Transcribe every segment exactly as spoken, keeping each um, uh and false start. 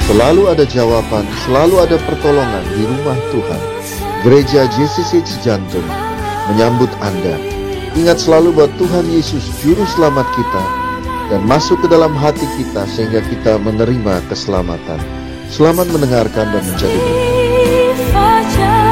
Selalu ada jawaban, selalu ada pertolongan di rumah Tuhan. Gereja J C C Cijantung menyambut Anda. Ingat selalu bahwa Tuhan Yesus juru selamat kita dan masuk ke dalam hati kita sehingga kita menerima keselamatan. Selamat mendengarkan dan menjadi berkat.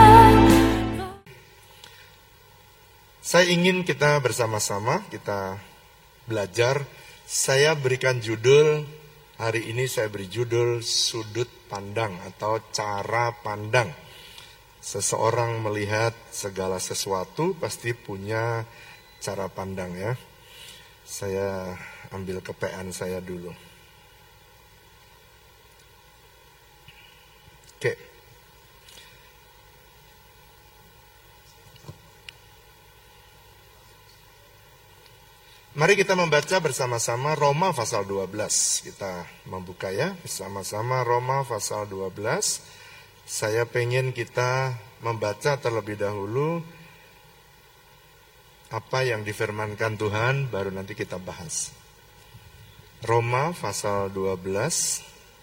Saya ingin kita bersama-sama kita belajar. Saya berikan judul, hari ini saya beri judul sudut pandang atau cara pandang. Seseorang melihat segala sesuatu pasti punya cara pandang ya. Saya ambil kepean saya dulu. Oke. Mari kita membaca bersama-sama Roma pasal dua belas. Kita membuka ya bersama-sama Roma pasal dua belas. Saya pengen kita membaca terlebih dahulu apa yang difirmankan Tuhan, baru nanti kita bahas. Roma pasal dua belas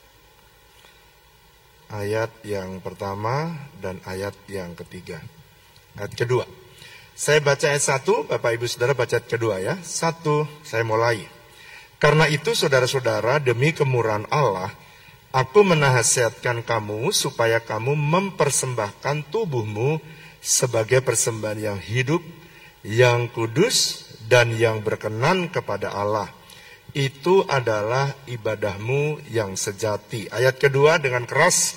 ayat yang pertama dan ayat yang ketiga. Ayat kedua. Saya baca ayat satu, Bapak Ibu Saudara baca ayat kedua ya. Satu, saya mulai. Karena itu saudara-saudara, demi kemurahan Allah, aku menasihatkan kamu supaya kamu mempersembahkan tubuhmu sebagai persembahan yang hidup, yang kudus, dan yang berkenan kepada Allah. Itu adalah ibadahmu yang sejati. Ayat kedua dengan keras.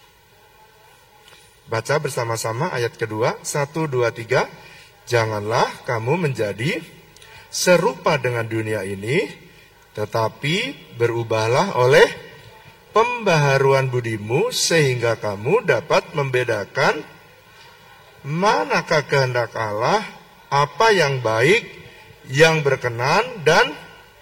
Baca bersama-sama ayat kedua. Satu, dua, tiga. Janganlah kamu menjadi serupa dengan dunia ini, tetapi berubahlah oleh pembaharuan budimu, sehingga kamu dapat membedakan manakah kehendak Allah, apa yang baik, yang berkenan, dan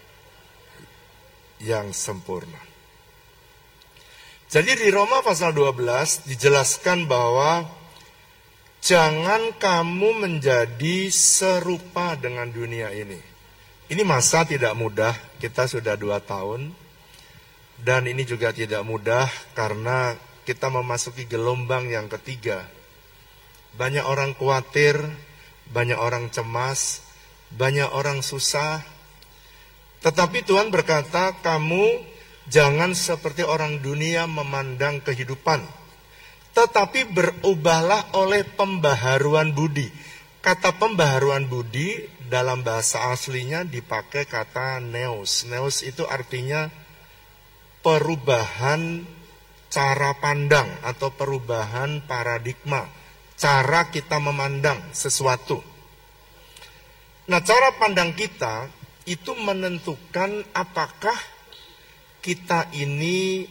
yang sempurna. Jadi di Roma pasal dua belas dijelaskan bahwa jangan kamu menjadi serupa dengan dunia ini. Ini masa tidak mudah, kita sudah dua tahun. Dan ini juga tidak mudah karena kita memasuki gelombang yang ketiga. Banyak orang khawatir, banyak orang cemas, banyak orang susah. Tetapi Tuhan berkata, kamu jangan seperti orang dunia memandang kehidupan, tetapi berubahlah oleh pembaharuan budi. Kata pembaharuan budi dalam bahasa aslinya dipakai kata neos. Neos itu artinya perubahan cara pandang atau perubahan paradigma. Cara kita memandang sesuatu. Nah, cara pandang kita itu menentukan apakah kita ini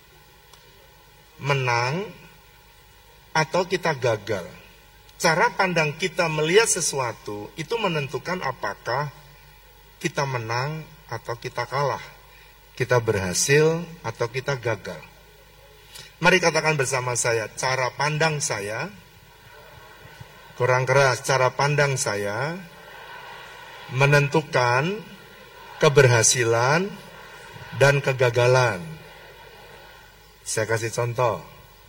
menang atau kita gagal. Cara pandang kita melihat sesuatu itu menentukan apakah kita menang atau kita kalah, kita berhasil atau kita gagal. Mari katakan bersama saya, cara pandang saya, kurang keras, cara pandang saya menentukan keberhasilan dan kegagalan. Saya kasih contoh.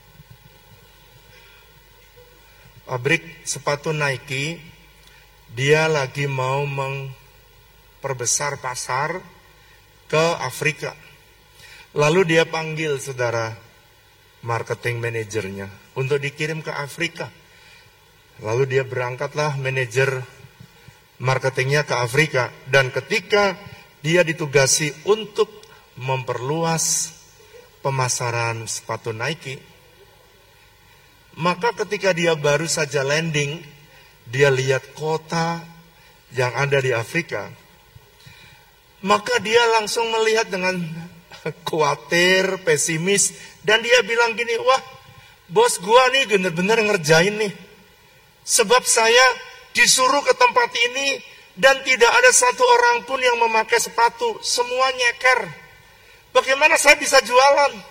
Pabrik sepatu Nike, dia lagi mau memperbesar pasar ke Afrika. Lalu dia panggil saudara marketing manajernya untuk dikirim ke Afrika. Lalu dia berangkatlah manajer marketingnya ke Afrika. Dan ketika dia ditugasi untuk memperluas pemasaran sepatu Nike, maka ketika dia baru saja landing, dia lihat kota yang ada di Afrika, maka dia langsung melihat dengan khawatir, pesimis, dan dia bilang gini, wah bos gua nih bener-bener ngerjain nih, sebab saya disuruh ke tempat ini dan tidak ada satu orang pun yang memakai sepatu, semua nyeker. Bagaimana saya bisa jualan?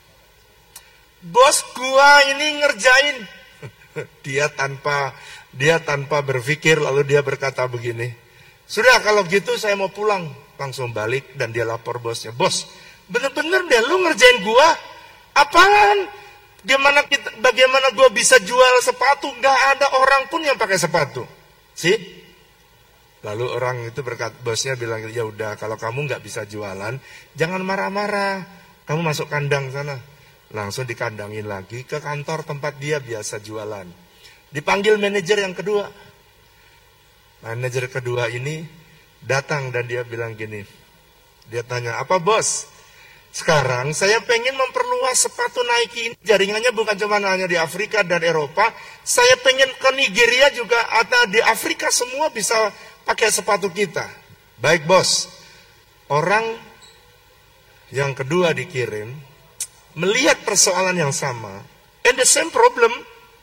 Bos gua ini ngerjain. Dia tanpa dia tanpa berpikir lalu dia berkata begini, sudah kalau gitu saya mau pulang. Langsung balik dan dia lapor bosnya, bos bener-bener deh lu ngerjain gua. Apaan? Gimana kita, bagaimana gue bisa jual sepatu? Gak ada orang pun yang pakai sepatu. Sih? Lalu orang itu berkata, bosnya bilang, ya udah kalau kamu nggak bisa jualan, jangan marah-marah. Kamu masuk kandang sana. Langsung dikandangin lagi ke kantor tempat dia biasa jualan. Dipanggil manajer yang kedua. Manajer kedua ini datang dan dia bilang gini. Dia tanya, apa bos? Sekarang saya pengen memperluas sepatu Nike ini. Jaringannya bukan cuma hanya di Afrika dan Eropa. Saya pengen ke Nigeria juga. Atau di Afrika semua bisa pakai sepatu kita. Baik bos. Orang yang kedua dikirim. Melihat persoalan yang sama. And the same problem.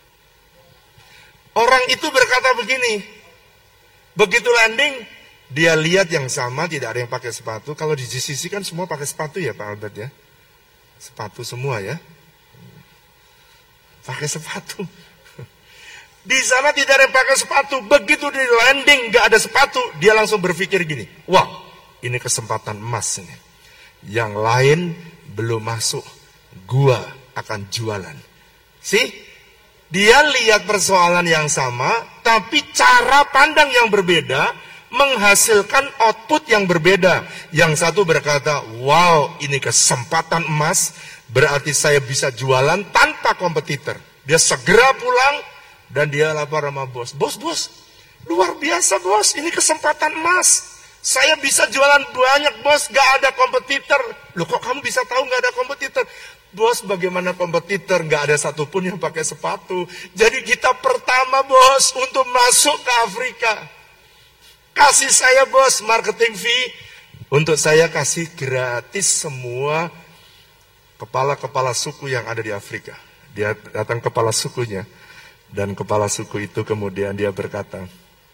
Orang itu berkata begini. Begitu landing. Dia lihat yang sama, tidak ada yang pakai sepatu. Kalau di G C C kan semua pakai sepatu ya Pak Albert ya. Sepatu semua ya. Pakai sepatu. Di sana tidak ada yang pakai sepatu. Begitu di landing gak ada sepatu, dia langsung berpikir gini. Wah, ini kesempatan emas ini. Yang lain belum masuk, gua akan jualan. See? Dia lihat persoalan yang sama, tapi cara pandang yang berbeda menghasilkan output yang berbeda. Yang satu berkata, wow ini kesempatan emas, berarti saya bisa jualan tanpa kompetitor. Dia segera pulang dan dia lapor sama bos. Bos, bos, luar biasa bos, ini kesempatan emas. Saya bisa jualan banyak bos, gak ada kompetitor. Loh kok kamu bisa tahu gak ada kompetitor? Bos, bagaimana kompetitor? Gak ada satupun yang pakai sepatu. Jadi kita pertama bos untuk masuk ke Afrika. Kasih saya bos marketing fee. Untuk saya kasih gratis semua kepala-kepala suku yang ada di Afrika. Dia datang kepala sukunya. Dan kepala suku itu kemudian dia berkata,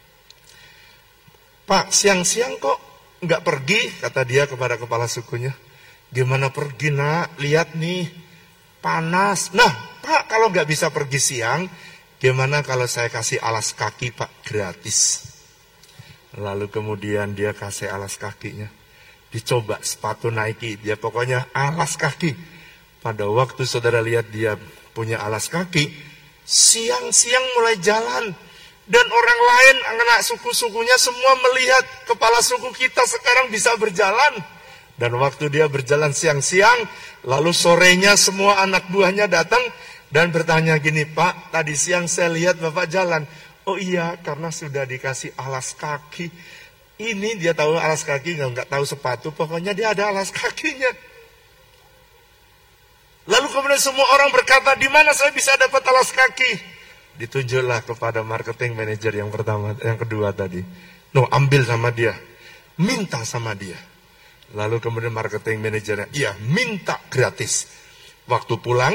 Pak siang-siang kok nggak pergi? Kata dia kepada kepala sukunya. Gimana pergi nak? Lihat nih panas. Nah Pak kalau nggak bisa pergi siang, gimana kalau saya kasih alas kaki Pak gratis? Lalu kemudian dia kasih alas kakinya. Dicoba sepatu Nike. Dia pokoknya alas kaki. Pada waktu saudara lihat dia punya alas kaki. Siang-siang mulai jalan. Dan orang lain, anak suku-sukunya semua melihat kepala suku kita sekarang bisa berjalan. Dan waktu dia berjalan siang-siang. Lalu sorenya semua anak buahnya datang. Dan bertanya gini, Pak tadi siang saya lihat Bapak jalan. Oh iya, karena sudah dikasih alas kaki. Ini dia tahu alas kaki, nggak tahu sepatu. Pokoknya dia ada alas kakinya. Lalu kemudian semua orang berkata, di mana saya bisa dapat alas kaki? Ditunjuklah kepada marketing manager yang pertama, yang kedua tadi. No, ambil sama dia, minta sama dia. Lalu kemudian marketing manajernya, iya, minta gratis. Waktu pulang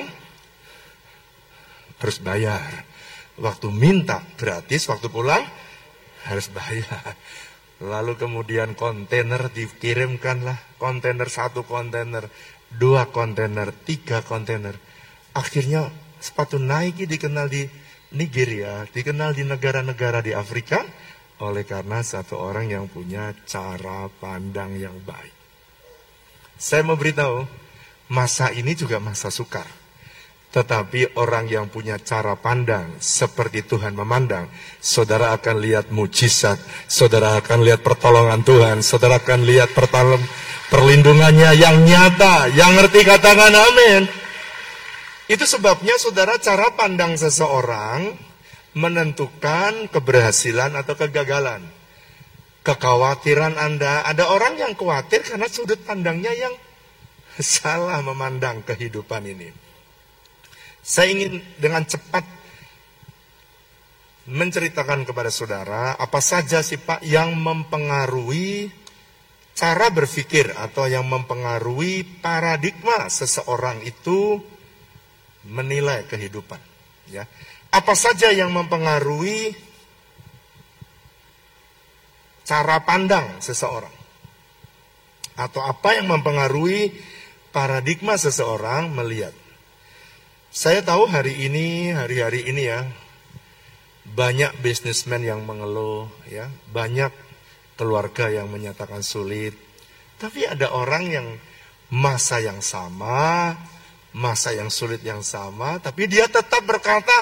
harus bayar. Waktu minta gratis, waktu pulang harus bayar. Lalu kemudian kontainer dikirimkanlah. Kontainer satu kontainer, dua kontainer, tiga kontainer. Akhirnya sepatu Nike dikenal di Nigeria, dikenal di negara-negara di Afrika. Oleh karena satu orang yang punya cara pandang yang baik. Saya mau beritahu, masa ini juga masa sukar. Tetapi orang yang punya cara pandang seperti Tuhan memandang, saudara akan lihat mujizat, saudara akan lihat pertolongan Tuhan, saudara akan lihat perlindungannya yang nyata, yang ngerti katakan amin. Itu sebabnya saudara cara pandang seseorang menentukan keberhasilan atau kegagalan. Kekhawatiran Anda, ada orang yang khawatir karena sudut pandangnya yang salah memandang kehidupan ini. Saya ingin dengan cepat menceritakan kepada saudara apa saja sih Pak yang mempengaruhi cara berpikir atau yang mempengaruhi paradigma seseorang itu menilai kehidupan. Ya, apa saja yang mempengaruhi cara pandang seseorang atau apa yang mempengaruhi paradigma seseorang melihat. Saya tahu hari ini, hari-hari ini ya, banyak bisnismen yang mengeluh, ya, banyak keluarga yang menyatakan sulit. Tapi ada orang yang masa yang sama masa yang sulit yang sama, tapi dia tetap berkata,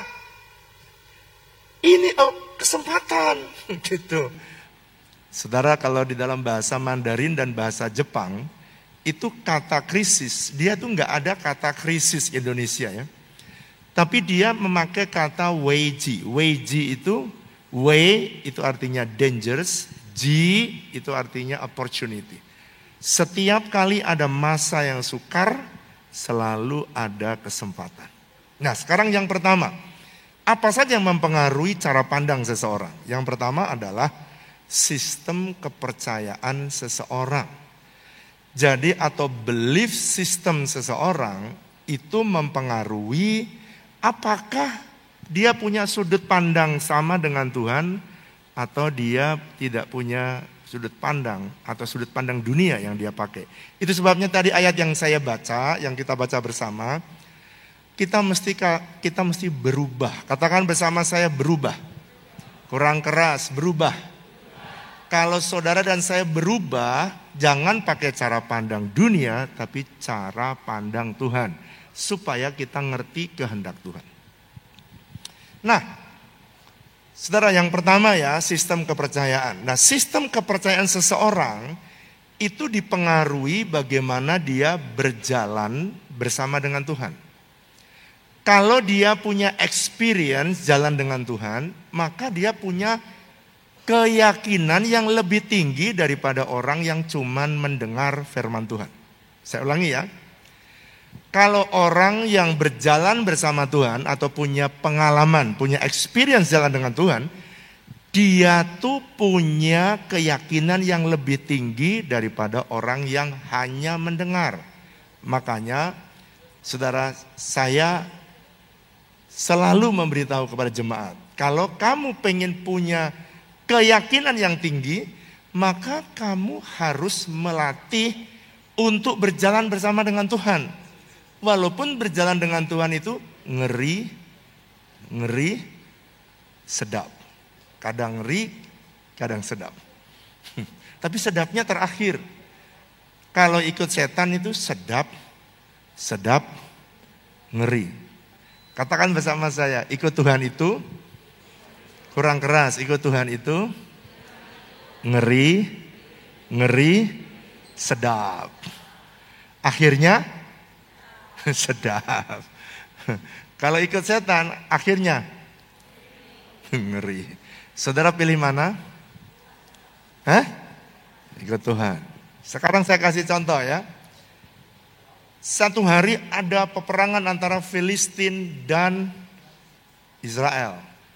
ini oh, kesempatan, gitu. Saudara, kalau di dalam bahasa Mandarin dan bahasa Jepang, itu kata krisis, dia tuh nggak ada kata krisis Indonesia ya. Tapi dia memakai kata weiji. Weiji itu, wei itu artinya dangerous, ji itu artinya opportunity. Setiap kali ada masa yang sukar, selalu ada kesempatan. Nah, sekarang yang pertama, apa saja yang mempengaruhi cara pandang seseorang? Yang pertama adalah sistem kepercayaan seseorang. Jadi atau belief system seseorang itu mempengaruhi apakah dia punya sudut pandang sama dengan Tuhan atau dia tidak punya sudut pandang atau sudut pandang dunia yang dia pakai. Itu sebabnya tadi ayat yang saya baca, yang kita baca bersama, kita mesti kita mesti berubah. Katakan bersama saya, berubah. Kurang keras, berubah. Kalau saudara dan saya berubah, jangan pakai cara pandang dunia, tapi cara pandang Tuhan. Supaya kita ngerti kehendak Tuhan. Nah, saudara, yang pertama ya, sistem kepercayaan. Nah, sistem kepercayaan seseorang itu dipengaruhi bagaimana dia berjalan bersama dengan Tuhan. Kalau dia punya experience jalan dengan Tuhan, maka dia punya keyakinan yang lebih tinggi daripada orang yang cuman mendengar firman Tuhan. Saya ulangi ya. Kalau orang yang berjalan bersama Tuhan atau punya pengalaman, punya experience jalan dengan Tuhan, dia tuh punya keyakinan yang lebih tinggi daripada orang yang hanya mendengar. Makanya, saudara, saya selalu memberitahu kepada jemaat, kalau kamu pengen punya keyakinan yang tinggi, maka kamu harus melatih untuk berjalan bersama dengan Tuhan. Walaupun berjalan dengan Tuhan itu ngeri, ngeri, sedap. Kadang ngeri, kadang sedap. Tapi sedapnya terakhir. Kalau ikut setan itu sedap, sedap, ngeri. Katakan bersama saya, ikut Tuhan itu, kurang keras, ikut Tuhan itu, ngeri, ngeri, sedap. Akhirnya, sedap. Kalau ikut setan, akhirnya ngeri. Saudara pilih mana? Hah? Ikut Tuhan. Sekarang saya kasih contoh ya. Satu hari ada peperangan antara Filistin dan Israel.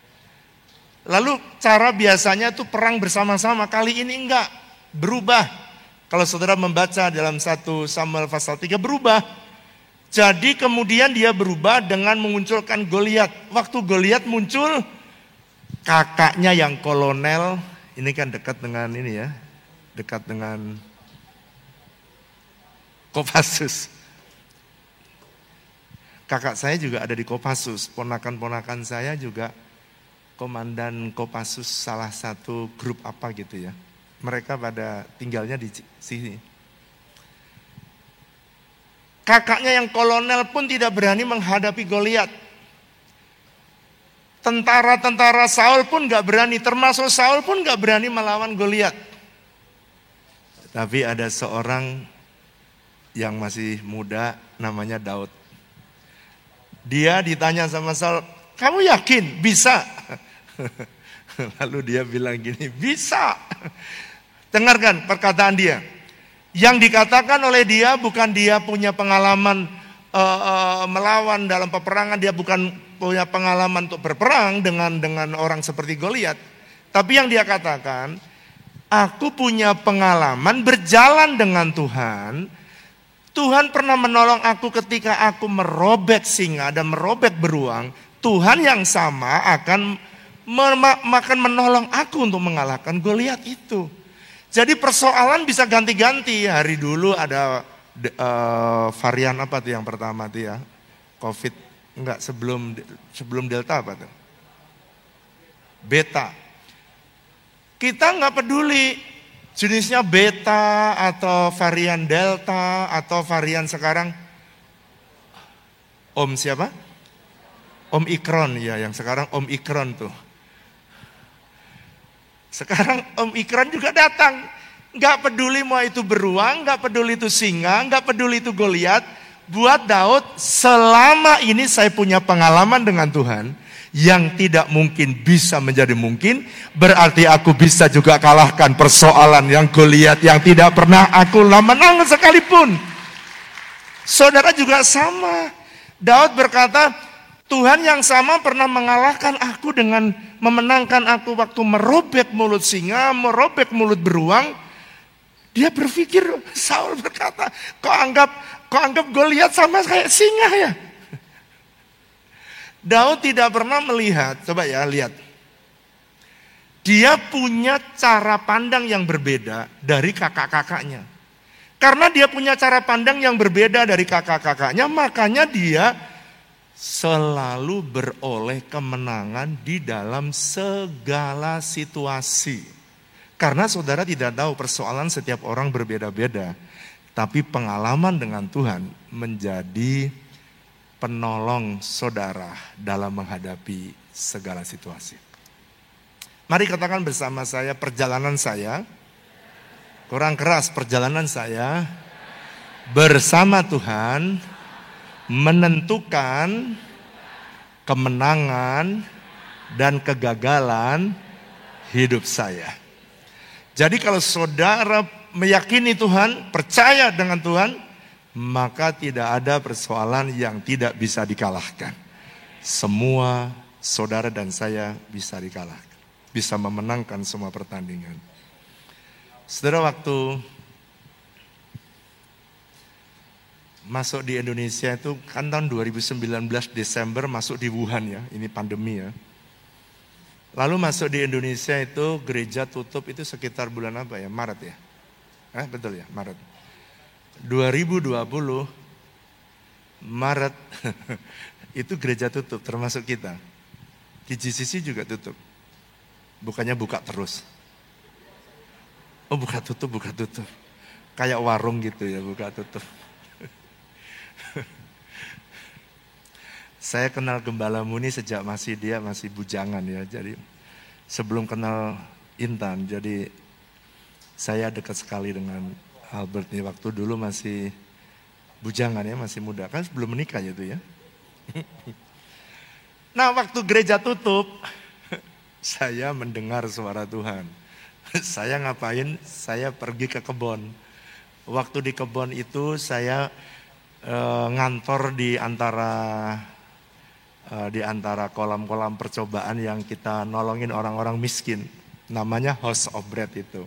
Lalu cara biasanya itu perang bersama-sama. Kali ini enggak, berubah. Kalau saudara membaca dalam satu Samuel pasal tiga, berubah. Jadi kemudian dia berubah dengan memunculkan Goliat. Waktu Goliat muncul, kakaknya yang kolonel, ini kan dekat dengan ini ya, dekat dengan Kopassus. Kakak saya juga ada di Kopassus, ponakan-ponakan saya juga komandan Kopassus salah satu grup apa gitu ya. Mereka pada tinggalnya di sini. Kakaknya yang kolonel pun tidak berani menghadapi Goliat. Tentara-tentara Saul pun gak berani, termasuk Saul pun gak berani melawan Goliat. Tapi ada seorang yang masih muda namanya Daud. Dia ditanya sama Saul, kamu yakin bisa? Lalu dia bilang gini, bisa. Dengarkan perkataan dia. Yang dikatakan oleh dia bukan dia punya pengalaman uh, uh, melawan dalam peperangan, dia bukan punya pengalaman untuk berperang dengan dengan orang seperti Goliat. Tapi yang dia katakan, aku punya pengalaman berjalan dengan Tuhan. Tuhan pernah menolong aku ketika aku merobek singa dan merobek beruang. Tuhan yang sama akan akan menolong aku untuk mengalahkan Goliat itu. Jadi persoalan bisa ganti-ganti. Hari dulu ada uh, varian apa tuh yang pertama tuh ya? Covid, enggak sebelum sebelum Delta apa tuh? Beta. Kita enggak peduli jenisnya beta atau varian Delta atau varian sekarang. Om siapa? Om Ikron, ya, yang sekarang Om Ikron tuh. Sekarang Om Ikron juga datang. Gak peduli mau itu beruang, gak peduli itu singa, gak peduli itu Goliat. Buat Daud, selama ini saya punya pengalaman dengan Tuhan, yang tidak mungkin bisa menjadi mungkin, berarti aku bisa juga kalahkan persoalan yang Goliat yang tidak pernah aku menang sekalipun. Saudara juga sama. Daud berkata, Tuhan yang sama pernah mengalahkan aku dengan memenangkan aku waktu merobek mulut singa, merobek mulut beruang. Dia berpikir, Saul berkata, kok anggap kok anggap Goliat sama kayak singa ya? Daud tidak pernah melihat, coba ya lihat. Dia punya cara pandang yang berbeda dari kakak-kakaknya. Karena dia punya cara pandang yang berbeda dari kakak-kakaknya, makanya dia selalu beroleh kemenangan di dalam segala situasi. Karena saudara tidak tahu, persoalan setiap orang berbeda-beda. Tapi pengalaman dengan Tuhan menjadi penolong saudara dalam menghadapi segala situasi. Mari katakan bersama saya, perjalanan saya, kurang keras, perjalanan saya bersama Tuhan menentukan kemenangan dan kegagalan hidup saya. Jadi kalau saudara meyakini Tuhan, percaya dengan Tuhan, maka tidak ada persoalan yang tidak bisa dikalahkan. Semua saudara dan saya bisa dikalahkan, bisa memenangkan semua pertandingan. Saudara, waktu masuk di Indonesia itu kan tahun dua ribu sembilan belas Desember masuk di Wuhan ya, ini pandemi ya. Lalu masuk di Indonesia itu gereja tutup itu sekitar bulan apa ya? Maret ya? Eh, betul ya, Maret. dua ribu dua puluh Maret itu gereja tutup termasuk kita. Di G C C juga tutup. Bukannya buka terus. Oh, buka tutup, buka tutup. Kayak warung gitu ya, buka tutup. Saya kenal Gembala Muni sejak masih dia masih bujangan ya. Jadi sebelum kenal Intan, jadi saya dekat sekali dengan Albert nih. Waktu dulu masih bujangan ya, masih muda. Kan sebelum menikah gitu ya. Nah, waktu gereja tutup, saya mendengar suara Tuhan. Saya ngapain? Saya pergi ke kebun. Waktu di kebun itu saya e, ngantor di antara di antara kolam-kolam percobaan yang kita nolongin orang-orang miskin. Namanya House of Bread itu.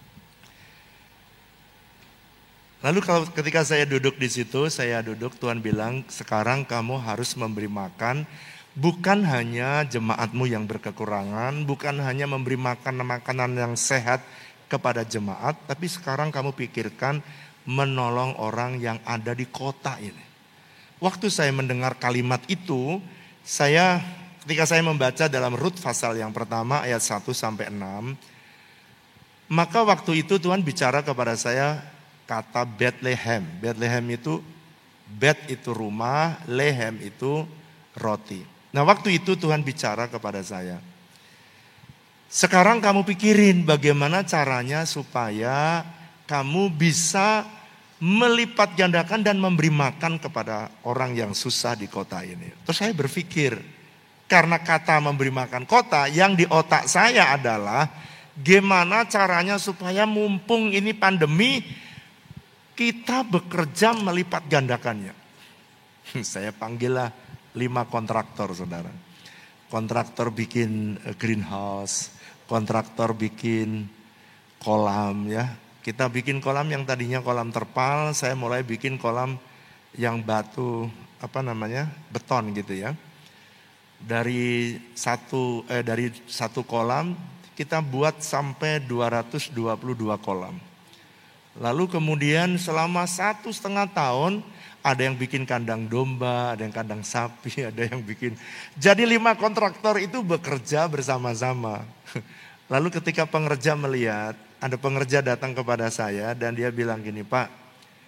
Lalu kalau ketika saya duduk di situ, saya duduk, Tuhan bilang, sekarang kamu harus memberi makan bukan hanya jemaatmu yang berkekurangan, bukan hanya memberi makan makanan yang sehat kepada jemaat, tapi sekarang kamu pikirkan menolong orang yang ada di kota ini. Waktu saya mendengar kalimat itu, Saya ketika saya membaca dalam Rut pasal yang pertama ayat satu sampai enam, maka waktu itu Tuhan bicara kepada saya kata Bethlehem. Bethlehem itu, Bet itu rumah, Lehem itu roti. Nah, waktu itu Tuhan bicara kepada saya, sekarang kamu pikirin bagaimana caranya supaya kamu bisa melipat gandakan dan memberi makan kepada orang yang susah di kota ini. Terus saya berpikir, karena kata memberi makan kota, yang di otak saya adalah gimana caranya supaya mumpung ini pandemi, kita bekerja melipat gandakannya. Saya panggillah lima kontraktor, saudara. Kontraktor bikin greenhouse, kontraktor bikin kolam ya. Kita bikin kolam yang tadinya kolam terpal, saya mulai bikin kolam yang batu, apa namanya, beton gitu ya. Dari satu eh, dari satu kolam kita buat sampai dua ratus dua puluh dua kolam. Lalu kemudian selama satu setengah tahun ada yang bikin kandang domba, ada yang kandang sapi, ada yang bikin. Jadi lima kontraktor itu bekerja bersama-sama. Lalu ketika pengerja melihat, ada pengerja datang kepada saya dan dia bilang gini, Pak,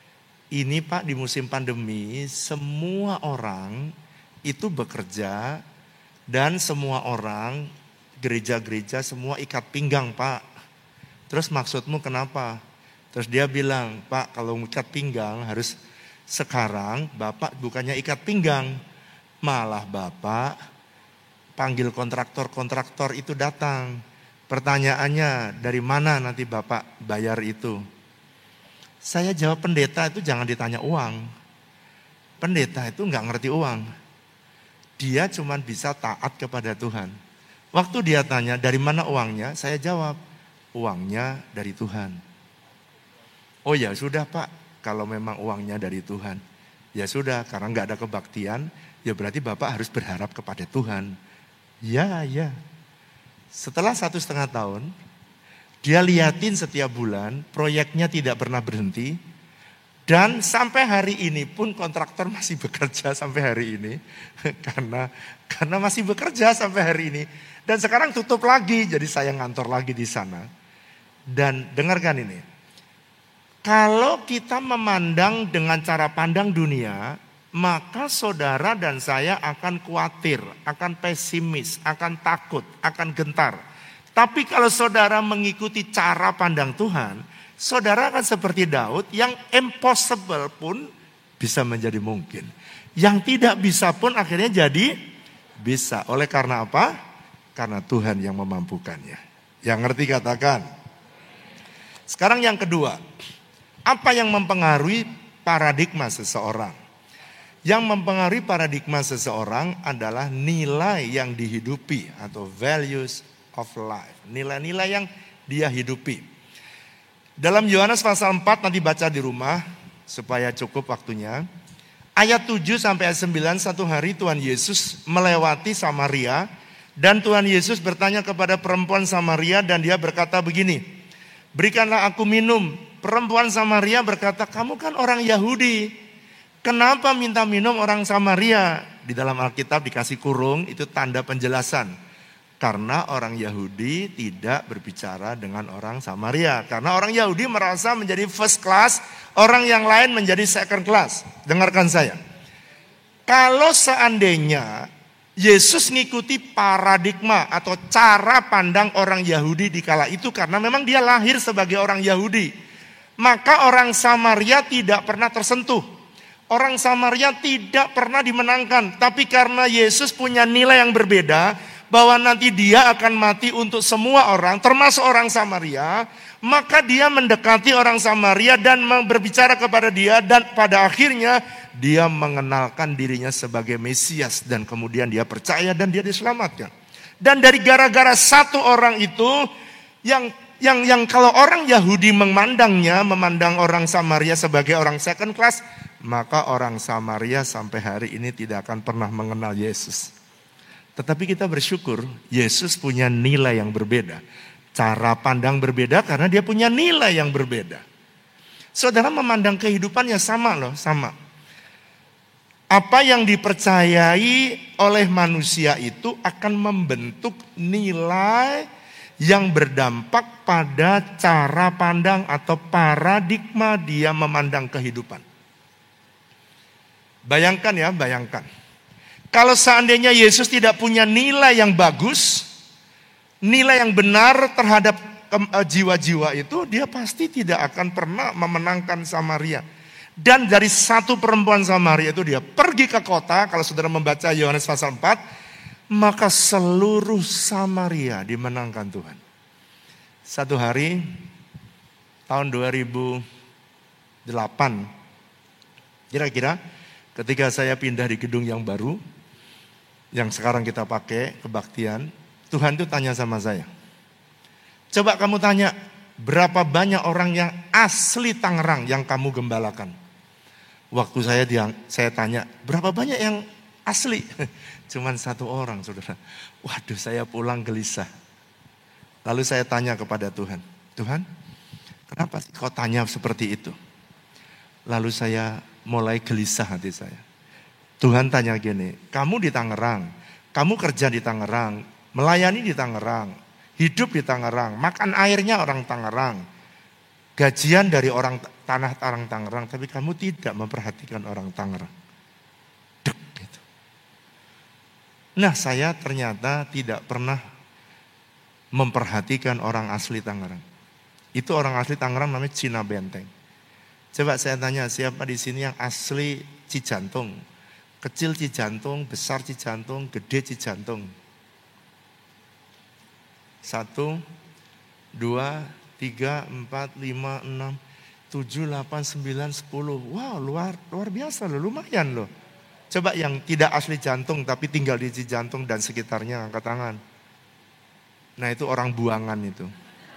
ini Pak di musim pandemi semua orang itu bekerja dan semua orang gereja-gereja semua ikat pinggang Pak. Terus maksudmu kenapa? Terus dia bilang, Pak kalau ikat pinggang harus sekarang Bapak bukannya ikat pinggang. Malah Bapak panggil kontraktor-kontraktor itu datang. Pertanyaannya dari mana nanti Bapak bayar itu? Saya jawab pendeta itu jangan ditanya uang. Pendeta itu nggak ngerti uang. Dia cuma bisa taat kepada Tuhan. Waktu dia tanya dari mana uangnya, saya jawab uangnya dari Tuhan. Oh ya sudah Pak, kalau memang uangnya dari Tuhan. Ya sudah, karena nggak ada kebaktian, ya berarti Bapak harus berharap kepada Tuhan. Ya, ya. Setelah satu setengah tahun, dia liatin setiap bulan, proyeknya tidak pernah berhenti. Dan sampai hari ini pun kontraktor masih bekerja sampai hari ini. karena karena masih bekerja sampai hari ini. Dan sekarang tutup lagi, jadi saya ngantor lagi di sana. Dan dengarkan ini. Kalau kita memandang dengan cara pandang dunia, maka saudara dan saya akan khawatir, akan pesimis, akan takut, akan gentar. Tapi kalau saudara mengikuti cara pandang Tuhan, saudara akan seperti Daud yang impossible pun bisa menjadi mungkin. Yang tidak bisa pun akhirnya jadi bisa. Oleh karena apa? Karena Tuhan yang memampukannya. Yang ngerti katakan. Sekarang yang kedua. Apa yang mempengaruhi paradigma seseorang? Yang mempengaruhi paradigma seseorang adalah nilai yang dihidupi atau values of life. Nilai-nilai yang dia hidupi. Dalam Yohanes pasal empat nanti baca di rumah supaya cukup waktunya. Ayat tujuh sampai ayat sembilan, satu hari Tuhan Yesus melewati Samaria dan Tuhan Yesus bertanya kepada perempuan Samaria dan dia berkata begini, berikanlah aku minum. Perempuan Samaria berkata, kamu kan orang Yahudi, kenapa minta minum orang Samaria? Di dalam Alkitab dikasih kurung, itu tanda penjelasan. Karena orang Yahudi tidak berbicara dengan orang Samaria. Karena orang Yahudi merasa menjadi first class, orang yang lain menjadi second class. Dengarkan saya. Kalau seandainya Yesus ngikuti paradigma atau cara pandang orang Yahudi di kala itu, karena memang dia lahir sebagai orang Yahudi, maka orang Samaria tidak pernah tersentuh. Orang Samaria tidak pernah dimenangkan. Tapi karena Yesus punya nilai yang berbeda, bahwa nanti dia akan mati untuk semua orang, termasuk orang Samaria, maka dia mendekati orang Samaria dan berbicara kepada dia, dan pada akhirnya dia mengenalkan dirinya sebagai Mesias, dan kemudian dia percaya dan dia diselamatkan. Dan dari gara-gara satu orang itu, yang yang yang kalau orang Yahudi memandangnya, memandang orang Samaria sebagai orang second class, maka orang Samaria sampai hari ini tidak akan pernah mengenal Yesus. Tetapi kita bersyukur Yesus punya nilai yang berbeda. Cara pandang berbeda karena dia punya nilai yang berbeda. Saudara memandang kehidupannya sama loh, sama. Apa yang dipercayai oleh manusia itu akan membentuk nilai yang berdampak pada cara pandang atau paradigma dia memandang kehidupan. Bayangkan ya, bayangkan. Kalau seandainya Yesus tidak punya nilai yang bagus, nilai yang benar terhadap jiwa-jiwa itu, dia pasti tidak akan pernah memenangkan Samaria. Dan dari satu perempuan Samaria itu dia pergi ke kota, kalau saudara membaca Yohanes pasal empat, maka seluruh Samaria dimenangkan Tuhan. Satu hari, tahun dua ribu delapan, kira-kira ketika saya pindah di gedung yang baru, yang sekarang kita pakai, kebaktian, Tuhan itu tanya sama saya, coba kamu tanya, berapa banyak orang yang asli Tangerang yang kamu gembalakan? Waktu saya dia, saya tanya, berapa banyak yang asli? Cuman satu orang, saudara. Waduh, saya pulang gelisah. Lalu saya tanya kepada Tuhan, Tuhan, kenapa sih kau tanya seperti itu? Lalu saya mulai gelisah hati saya. Tuhan tanya gini, kamu di Tangerang, kamu kerja di Tangerang, melayani di Tangerang, hidup di Tangerang, makan airnya orang Tangerang. gajian dari orang tanah Tarang Tangerang, tapi kamu tidak memperhatikan orang Tangerang. Dek, gitu. Nah, saya ternyata tidak pernah memperhatikan orang asli Tangerang. Itu orang asli Tangerang namanya Cina Benteng. Coba saya tanya, siapa di sini yang asli Cijantung? Kecil Cijantung, besar Cijantung, gede Cijantung. Satu, dua, tiga, empat, lima, enam, tujuh, delapan, sembilan, sepuluh. Wow, luar luar biasa loh, lumayan loh. Coba yang tidak asli Jantung tapi tinggal di Cijantung dan sekitarnya, angkat tangan. Nah, itu orang buangan itu.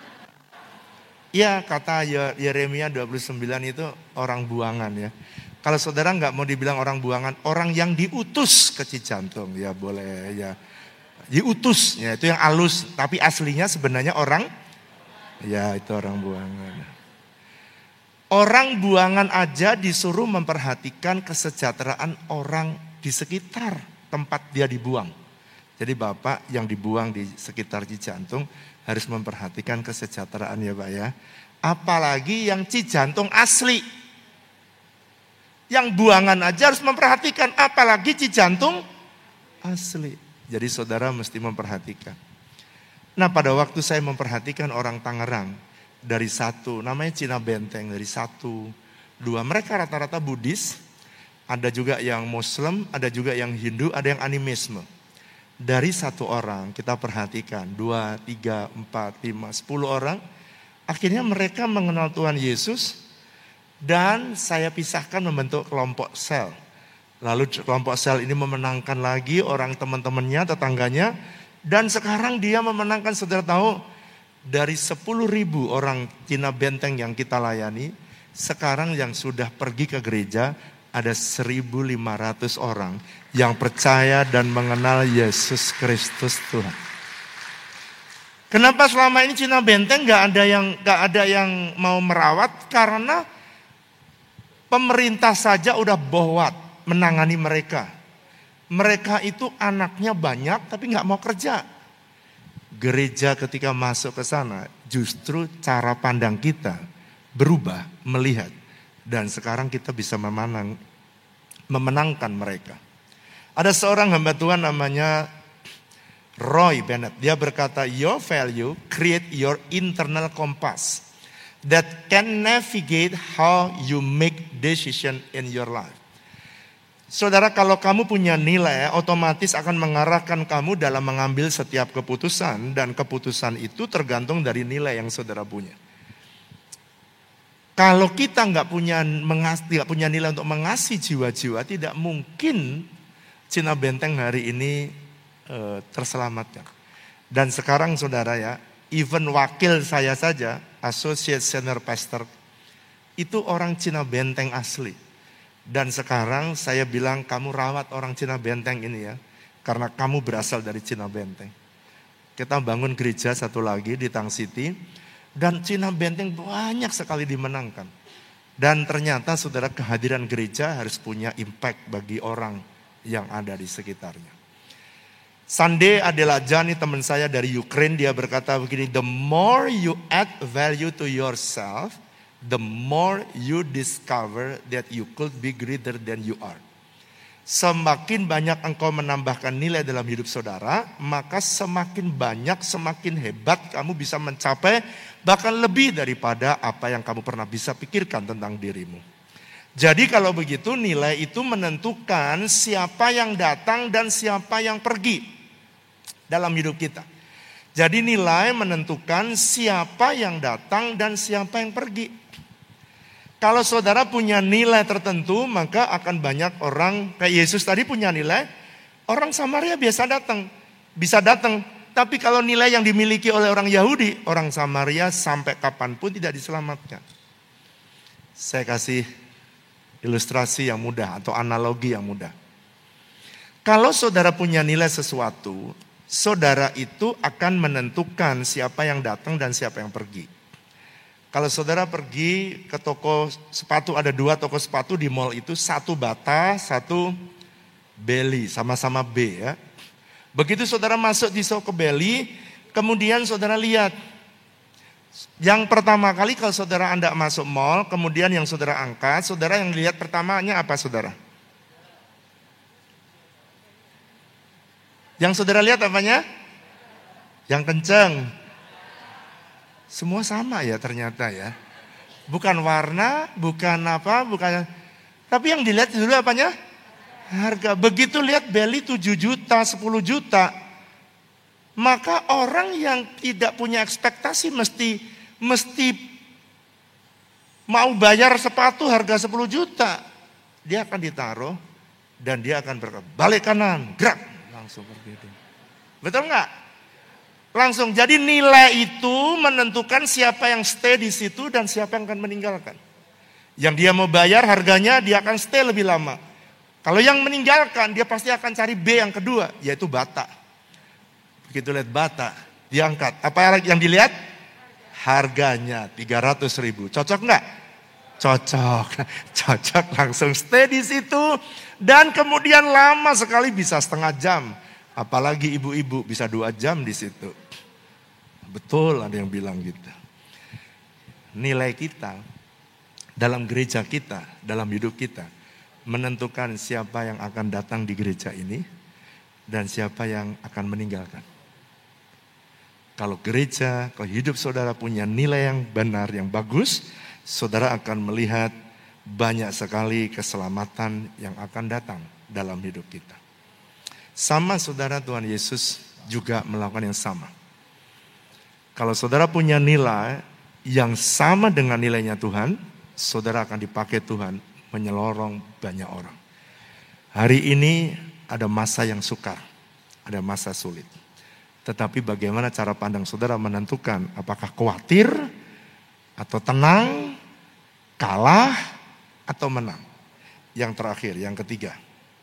Ya, kata Yeremia dua puluh sembilan itu orang buangan ya. Kalau saudara nggak mau dibilang orang buangan, orang yang diutus ke Cijantung, ya boleh ya. Diutus, ya itu yang halus, tapi aslinya sebenarnya orang, ya itu orang buangan. Orang buangan aja disuruh memperhatikan kesejahteraan orang di sekitar tempat dia dibuang. Jadi Bapak yang dibuang di sekitar Cijantung harus memperhatikan kesejahteraan ya Pak ya. Apalagi yang Cijantung asli. Yang buangan aja harus memperhatikan, apalagi Cijantung asli. Jadi saudara mesti memperhatikan. Nah, pada waktu saya memperhatikan orang Tangerang dari satu, namanya Cina Benteng, dari satu, dua. Mereka rata-rata Buddhis, ada juga yang Muslim, ada juga yang Hindu, ada yang animisme. Dari satu orang kita perhatikan, dua, tiga, empat, lima, sepuluh orang. Akhirnya mereka mengenal Tuhan Yesus dan saya pisahkan membentuk kelompok sel. Lalu kelompok sel ini memenangkan lagi orang teman-temannya, tetangganya. Dan sekarang dia memenangkan, saudara tahu, dari sepuluh ribu orang Cina Benteng yang kita layani, sekarang yang sudah pergi ke gereja ada seribu lima ratus orang yang percaya dan mengenal Yesus Kristus Tuhan. Kenapa selama ini Cina Benteng gak ada yang gak ada yang mau merawat? Karena pemerintah saja udah bohwat menangani mereka. Mereka itu anaknya banyak tapi gak mau kerja. Gereja ketika masuk ke sana justru cara pandang kita berubah melihat. Dan sekarang kita bisa memenang, memenangkan mereka. Ada seorang hamba Tuhan namanya Roy Bennett. Dia berkata, your value create your internal compass that can navigate how you make decision in your life. Saudara, kalau kamu punya nilai, otomatis akan mengarahkan kamu dalam mengambil setiap keputusan. Dan keputusan itu tergantung dari nilai yang saudara punya. Kalau kita nggak punya mengas, tidak punya nilai untuk mengasihi jiwa-jiwa, tidak mungkin Cina Benteng hari ini e, terselamatkan. Dan sekarang saudara ya, even wakil saya saja, associate senior pastor, itu orang Cina Benteng asli. Dan sekarang saya bilang kamu rawat orang Cina Benteng ini ya, karena kamu berasal dari Cina Benteng. Kita bangun gereja satu lagi di Tang City. Dan Cina Benteng banyak sekali dimenangkan. Dan ternyata saudara, kehadiran gereja harus punya impact bagi orang yang ada di sekitarnya. Sande Adelajani, teman saya dari Ukraine, dia berkata begini, the more you add value to yourself, the more you discover that you could be greater than you are. Semakin banyak engkau menambahkan nilai dalam hidup saudara, maka semakin banyak, semakin hebat kamu bisa mencapai bahkan lebih daripada apa yang kamu pernah bisa pikirkan tentang dirimu. Jadi kalau begitu nilai itu menentukan siapa yang datang dan siapa yang pergi dalam hidup kita. Jadi nilai menentukan siapa yang datang dan siapa yang pergi. Kalau saudara punya nilai tertentu, maka akan banyak orang, kayak Yesus tadi punya nilai, orang Samaria biasa datang, bisa datang. Tapi kalau nilai yang dimiliki oleh orang Yahudi, orang Samaria sampai kapanpun tidak diselamatkan. Saya kasih ilustrasi yang mudah atau analogi yang mudah. Kalau saudara punya nilai sesuatu, saudara itu akan menentukan siapa yang datang dan siapa yang pergi. Kalau saudara pergi ke toko sepatu, ada dua toko sepatu di mall itu, satu Bata, satu Beli, sama-sama B ya. Begitu saudara masuk di toko Beli, kemudian saudara lihat, Yang pertama kali kalau saudara Anda masuk mall, kemudian yang saudara angkat, saudara yang lihat pertamanya apa saudara? Yang saudara lihat apanya? Yang kenceng. Semua sama ya ternyata ya. Bukan warna, bukan apa, bukan. Tapi yang dilihat dulu apanya? Harga. Begitu lihat beli tujuh juta, sepuluh juta. Maka orang yang tidak punya ekspektasi mesti mesti mau bayar sepatu harga sepuluh juta. Dia akan ditaruh dan dia akan berkata, balik kanan, gerak. Langsung begitu. Betul nggak? Langsung. Jadi nilai itu menentukan siapa yang stay di situ dan siapa yang akan meninggalkan. Yang dia mau bayar harganya dia akan stay lebih lama. Kalau yang meninggalkan dia pasti akan cari B yang kedua, yaitu bata. Begitu lihat bata, diangkat. Apa yang dilihat? Harganya tiga ratus ribu. Cocok nggak? Cocok. Cocok, langsung stay di situ. Dan kemudian lama sekali bisa setengah jam. Apalagi ibu-ibu bisa dua jam di situ. Betul ada yang bilang gitu. Nilai kita dalam gereja kita, dalam hidup kita, menentukan siapa yang akan datang di gereja ini dan siapa yang akan meninggalkan. Kalau gereja, kalau hidup saudara punya nilai yang benar, yang bagus, saudara akan melihat banyak sekali keselamatan yang akan datang dalam hidup kita. Sama saudara, Tuhan Yesus juga melakukan yang sama. Kalau saudara punya nilai yang sama dengan nilainya Tuhan, saudara akan dipakai Tuhan menyelorong banyak orang. Hari ini ada masa yang sukar, ada masa sulit. Tetapi bagaimana cara pandang saudara menentukan apakah khawatir atau tenang, kalah atau menang. Yang terakhir, yang ketiga.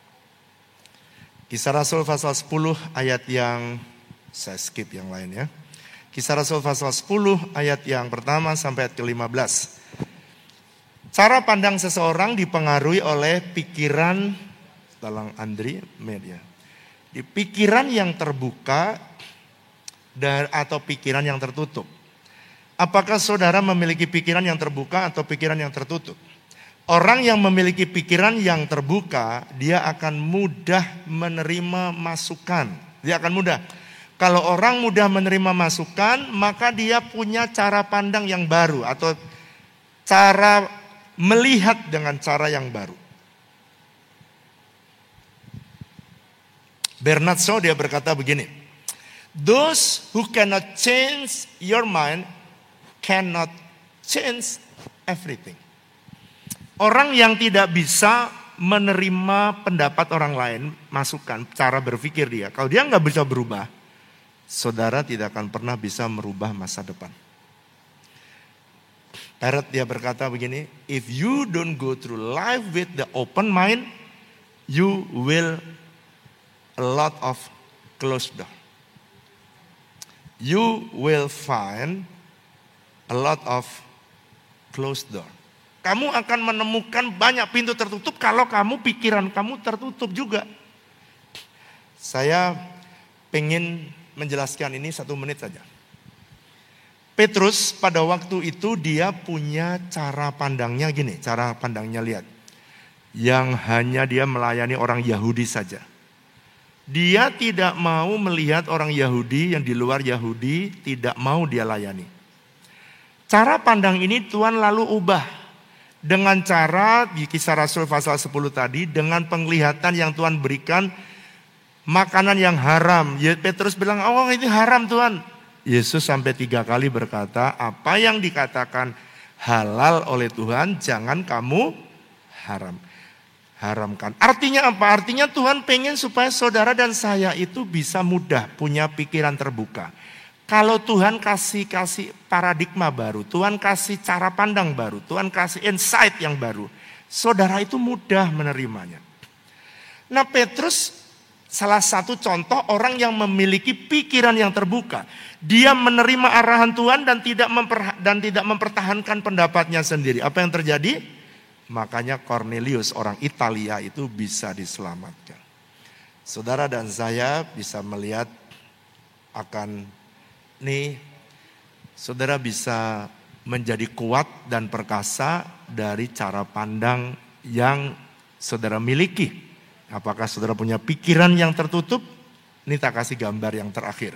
Kisah Rasul pasal sepuluh ayat yang, saya skip yang lain ya. Kisah Rasul pasal sepuluh ayat yang pertama sampai ayat ke lima belas. Cara pandang seseorang dipengaruhi oleh pikiran, dalam Andri media. Di pikiran yang terbuka dan atau pikiran yang tertutup. Apakah saudara memiliki pikiran yang terbuka atau pikiran yang tertutup? Orang yang memiliki pikiran yang terbuka, dia akan mudah menerima masukan. Dia akan mudah. Kalau orang mudah menerima masukan, maka dia punya cara pandang yang baru atau cara melihat dengan cara yang baru. Bernard Shaw dia berkata begini. Those who cannot change your mind cannot change everything. Orang yang tidak bisa menerima pendapat orang lain, masukan, cara berpikir dia. Kalau dia nggak bisa berubah, saudara tidak akan pernah bisa merubah masa depan. Parrot dia berkata begini, if you don't go through life with the open mind, you will a lot of closed door. You will find a lot of closed door. Kamu akan menemukan banyak pintu tertutup kalau kamu pikiran kamu tertutup juga. Saya pengen menjelaskan ini satu menit saja. Petrus pada waktu itu dia punya cara pandangnya gini, cara pandangnya lihat. Yang hanya dia melayani orang Yahudi saja. Dia tidak mau melihat orang Yahudi yang di luar Yahudi, tidak mau dia layani. Cara pandang ini Tuhan lalu ubah. Dengan cara di Kisah Rasul pasal sepuluh tadi, dengan penglihatan yang Tuhan berikan, makanan yang haram. Ya, Petrus bilang, oh ini haram Tuhan. Yesus sampai tiga kali berkata, apa yang dikatakan halal oleh Tuhan, jangan kamu haram. haramkan. Artinya apa? Artinya Tuhan pengen supaya saudara dan saya itu bisa mudah punya pikiran terbuka. Kalau Tuhan kasih kasih paradigma baru, Tuhan kasih cara pandang baru, Tuhan kasih insight yang baru, saudara itu mudah menerimanya. Nah, Petrus salah satu contoh orang yang memiliki pikiran yang terbuka. Dia menerima arahan Tuhan dan tidak memper, dan tidak mempertahankan pendapatnya sendiri. Apa yang terjadi? Makanya Cornelius orang Italia itu bisa diselamatkan. Saudara dan saya bisa melihat akan nih saudara bisa menjadi kuat dan perkasa dari cara pandang yang saudara miliki. Apakah saudara punya pikiran yang tertutup? Ini tak kasih gambar yang terakhir.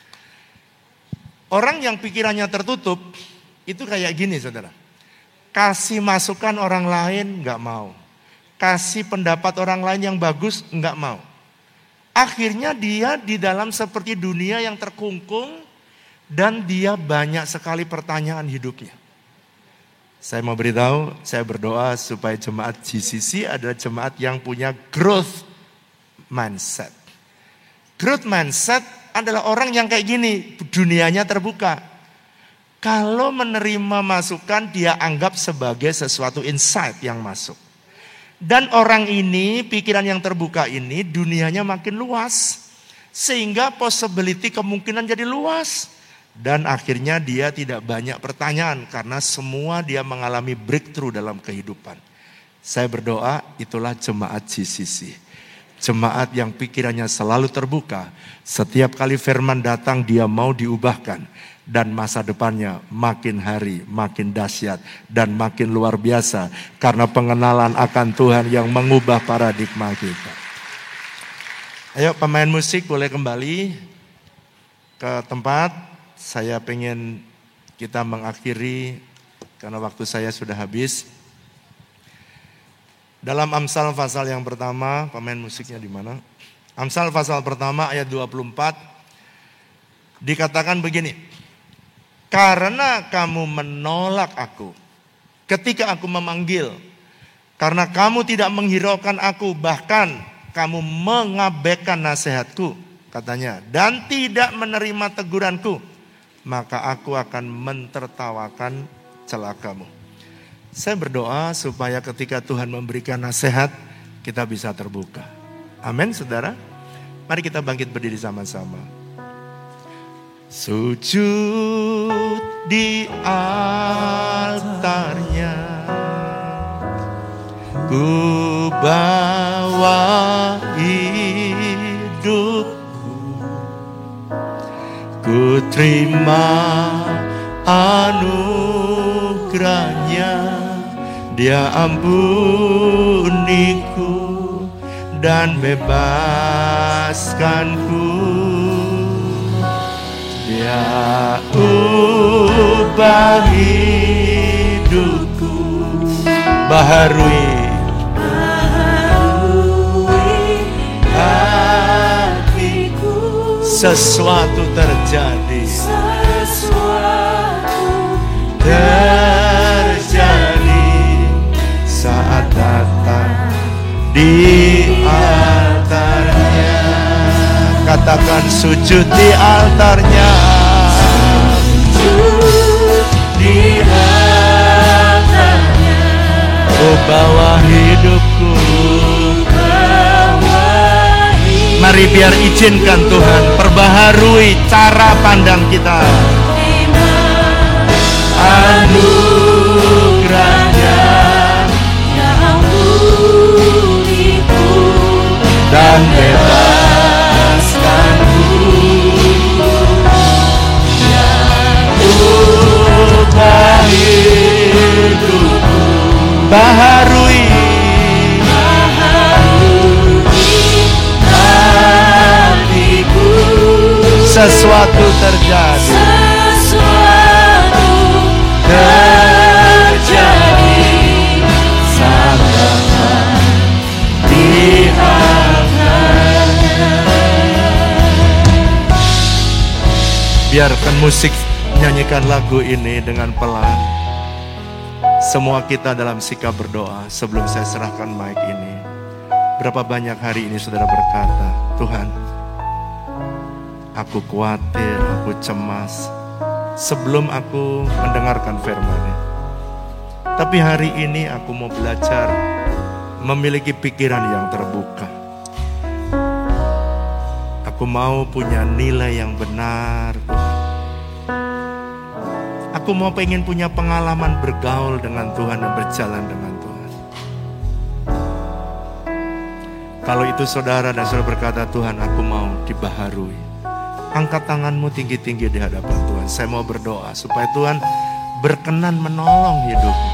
Orang yang pikirannya tertutup, itu kayak gini saudara. Kasih masukan orang lain gak mau. Kasih pendapat orang lain yang bagus gak mau. Akhirnya dia di dalam seperti dunia yang terkungkung dan dia banyak sekali pertanyaan hidupnya. Saya mau beritahu, saya berdoa supaya jemaat G C C adalah jemaat yang punya growth mindset. Growth mindset adalah orang yang kayak gini, dunianya terbuka. Kalau menerima masukan dia anggap sebagai sesuatu insight yang masuk. Dan orang ini, pikiran yang terbuka ini, dunianya makin luas. Sehingga possibility kemungkinan jadi luas. Dan akhirnya dia tidak banyak pertanyaan. Karena semua dia mengalami breakthrough dalam kehidupan. Saya berdoa itulah jemaat G C C. Jemaat yang pikirannya selalu terbuka. Setiap kali firman datang dia mau diubahkan. Dan masa depannya makin hari makin dahsyat dan makin luar biasa. Karena pengenalan akan Tuhan yang mengubah paradigma kita. Ayo pemain musik boleh kembali ke tempat. Saya pengen kita mengakhiri karena waktu saya sudah habis. Dalam Amsal pasal yang pertama, pemain musiknya di mana? Amsal pasal pertama ayat dua puluh empat. Dikatakan begini. Karena kamu menolak aku ketika aku memanggil. Karena kamu tidak menghiraukan aku, bahkan kamu mengabaikan nasihatku, katanya. Dan tidak menerima teguranku, maka aku akan mentertawakan celakamu. Saya berdoa supaya ketika Tuhan memberikan nasihat, kita bisa terbuka. Amin saudara. Mari kita bangkit berdiri sama-sama. Sujud di altarnya, ku bawa hidupku, ku terima anugerahnya, dia ampuniku dan bebaskanku. Dia ubah hidupku, baharui, baharui hatiku. Sesuatu terjadi, sesuatu terjadi saat datang di altarnya. Katakan sujud di altarnya. Sujud di altarnya. Oh bawa hidupku. Bawa hidupku. Mari biar izinkan Tuhan perbaharui cara pandang kita. Anugerahnya yang ampuniku dan bebas. Baharui, baharui hatiku. Sesuatu terjadi, sesuatu terjadi saat datang di altarnya. Biarkan musik nyanyikan lagu ini dengan pelan. Semua kita dalam sikap berdoa sebelum saya serahkan mic ini. Berapa banyak hari ini saudara berkata, Tuhan, aku khawatir, aku cemas sebelum aku mendengarkan firman-Nya. Tapi hari ini aku mau belajar memiliki pikiran yang terbuka. Aku mau punya nilai yang benar, Tuhan. Aku mau pengen punya pengalaman bergaul dengan Tuhan dan berjalan dengan Tuhan. Kalau itu saudara dan saudara berkata, Tuhan aku mau dibaharui. Angkat tanganmu tinggi-tinggi di hadapan Tuhan. saya mau berdoa supaya Tuhan berkenan menolong hidupmu.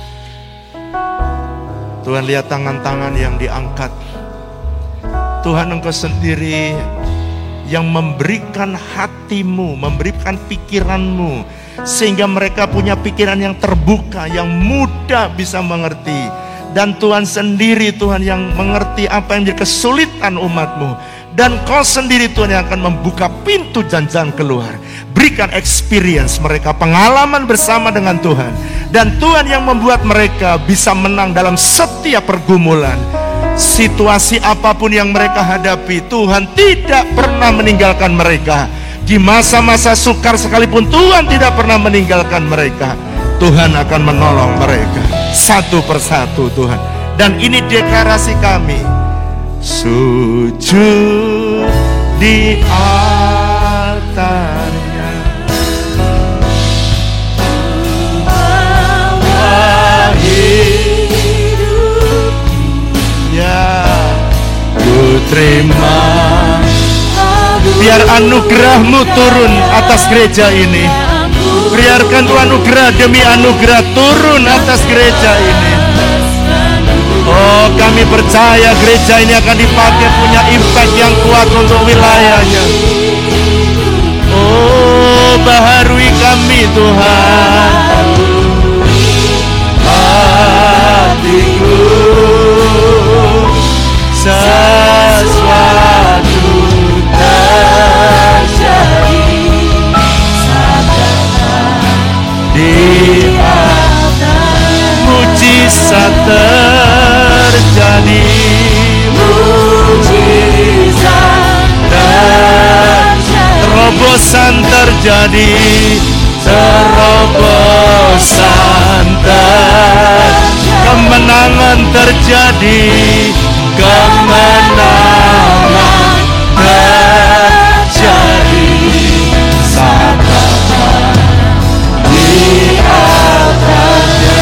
Tuhan, lihat tangan-tangan yang diangkat. Tuhan, Engkau sendiri yang memberikan hatimu, memberikan pikiranmu, sehingga mereka punya pikiran yang terbuka, yang mudah bisa mengerti. Dan Tuhan sendiri, Tuhan yang mengerti apa yang menjadi kesulitan umatmu. Dan Kau sendiri Tuhan yang akan membuka pintu dan jalan keluar. Berikan experience mereka, pengalaman bersama dengan Tuhan. Dan Tuhan yang membuat mereka bisa menang dalam setiap pergumulan. Situasi apapun yang mereka hadapi, Tuhan tidak pernah meninggalkan mereka. Di masa-masa sukar sekalipun Tuhan tidak pernah meninggalkan mereka. Tuhan akan menolong mereka satu persatu, Tuhan. Dan ini deklarasi kami, sujud di altarnya, ya, ku terima. Biar anugerah-Mu turun atas gereja ini. Biarkan Tuhan anugerah demi anugerah turun atas gereja ini. Oh, kami percaya gereja ini akan dipakai punya impact yang kuat untuk wilayahnya. Oh, baharui kami Tuhan. Hatiku sesuatu terjadi di mujizat terjadi, mujizat terjadi, terobosan terjadi, terobosan terjadi, kemenangan terjadi, kemenangan terjadi, saat di altarnya.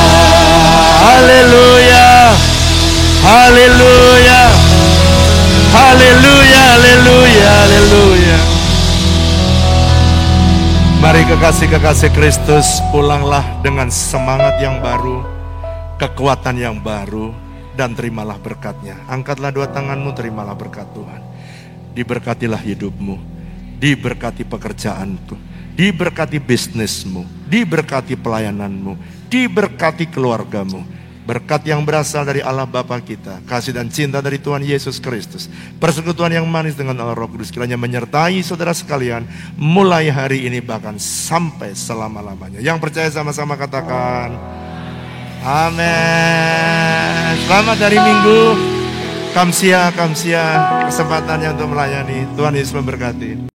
Haleluya, haleluya, haleluya, haleluya, haleluya. Mari kekasih-kekasih Kristus, pulanglah dengan semangat yang baru, kekuatan yang baru, dan terimalah berkatnya. Angkatlah dua tanganmu, terimalah berkat Tuhan. Diberkatilah hidupmu, diberkati pekerjaanmu, diberkati bisnismu, diberkati pelayananmu, diberkati keluargamu. Berkat yang berasal dari Allah Bapa kita, kasih dan cinta dari Tuhan Yesus Kristus, persekutuan yang manis dengan Allah Roh Kudus kiranya menyertai saudara sekalian mulai hari ini bahkan sampai selama-lamanya. Yang percaya sama-sama katakan amin. Selamat dari Minggu. Kamsia, kamsia, kesempatannya untuk melayani. Tuhan Yesus memberkati.